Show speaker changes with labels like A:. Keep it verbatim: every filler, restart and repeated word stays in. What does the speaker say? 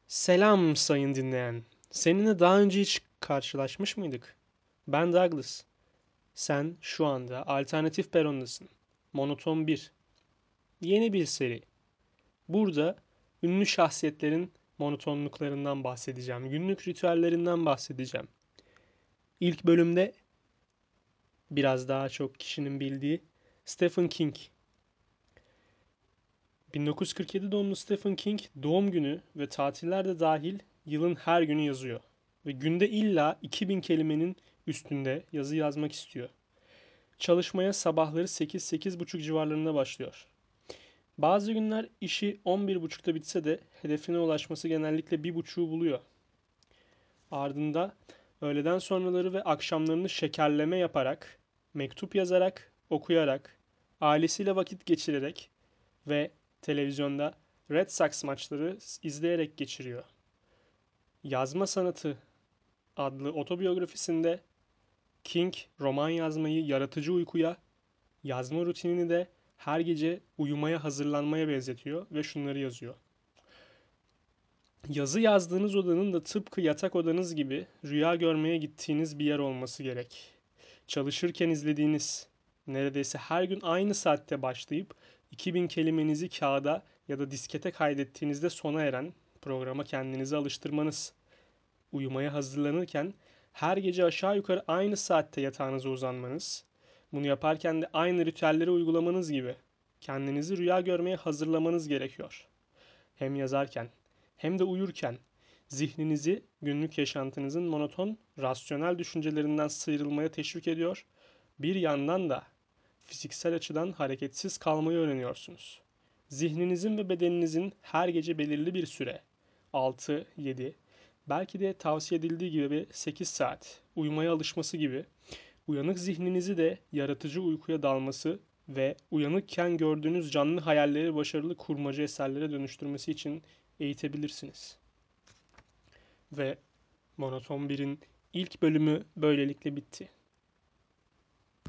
A: Selam sayın dinleyen. Seninle daha önce hiç karşılaşmış mıydık? Ben Douglas. Sen şu anda alternatif perondasın. Monoton bir. Yeni bir seri. Burada ünlü şahsiyetlerin monotonluklarından bahsedeceğim. Günlük ritüellerinden bahsedeceğim. İlk bölümde biraz daha çok kişinin bildiği Stephen King. bin dokuz yüz kırk yedi doğumlu Stephen King doğum günü ve tatiller de dahil yılın her günü yazıyor. Ve günde illa iki bin kelimenin üstünde yazı yazmak istiyor. Çalışmaya sabahları sekiz sekiz buçuk civarlarında başlıyor. Bazı günler işi on bir buçukta bitse de hedefine ulaşması genellikle bir buçuğu buluyor. Ardında öğleden sonraları ve akşamlarını şekerleme yaparak, mektup yazarak, okuyarak, ailesiyle vakit geçirerek ve televizyonda Red Sox maçları izleyerek geçiriyor. Yazma Sanatı adlı otobiyografisinde King roman yazmayı yaratıcı uykuya, yazma rutinini de her gece uyumaya hazırlanmaya benzetiyor ve şunları yazıyor. Yazı yazdığınız odanın da tıpkı yatak odanız gibi rüya görmeye gittiğiniz bir yer olması gerek. Çalışırken izlediğiniz, neredeyse her gün aynı saatte başlayıp iki bin kelimenizi kağıda ya da diskete kaydettiğinizde sona eren programa kendinizi alıştırmanız. Uyumaya hazırlanırken her gece aşağı yukarı aynı saatte yatağınıza uzanmanız, bunu yaparken de aynı ritüelleri uygulamanız gibi kendinizi rüya görmeye hazırlamanız gerekiyor. Hem yazarken hem de uyurken zihninizi günlük yaşantınızın monoton, rasyonel düşüncelerinden sıyrılmaya teşvik ediyor. Bir yandan da fiziksel açıdan hareketsiz kalmayı öğreniyorsunuz. Zihninizin ve bedeninizin her gece belirli bir süre, altı yedi, belki de tavsiye edildiği gibi bir sekiz saat uyumaya alışması gibi uyanık zihninizi de yaratıcı uykuya dalması ve uyanıkken gördüğünüz canlı hayalleri başarılı kurmaca eserlere dönüştürmesi için eğitebilirsiniz. Ve Monoton birin ilk bölümü böylelikle bitti.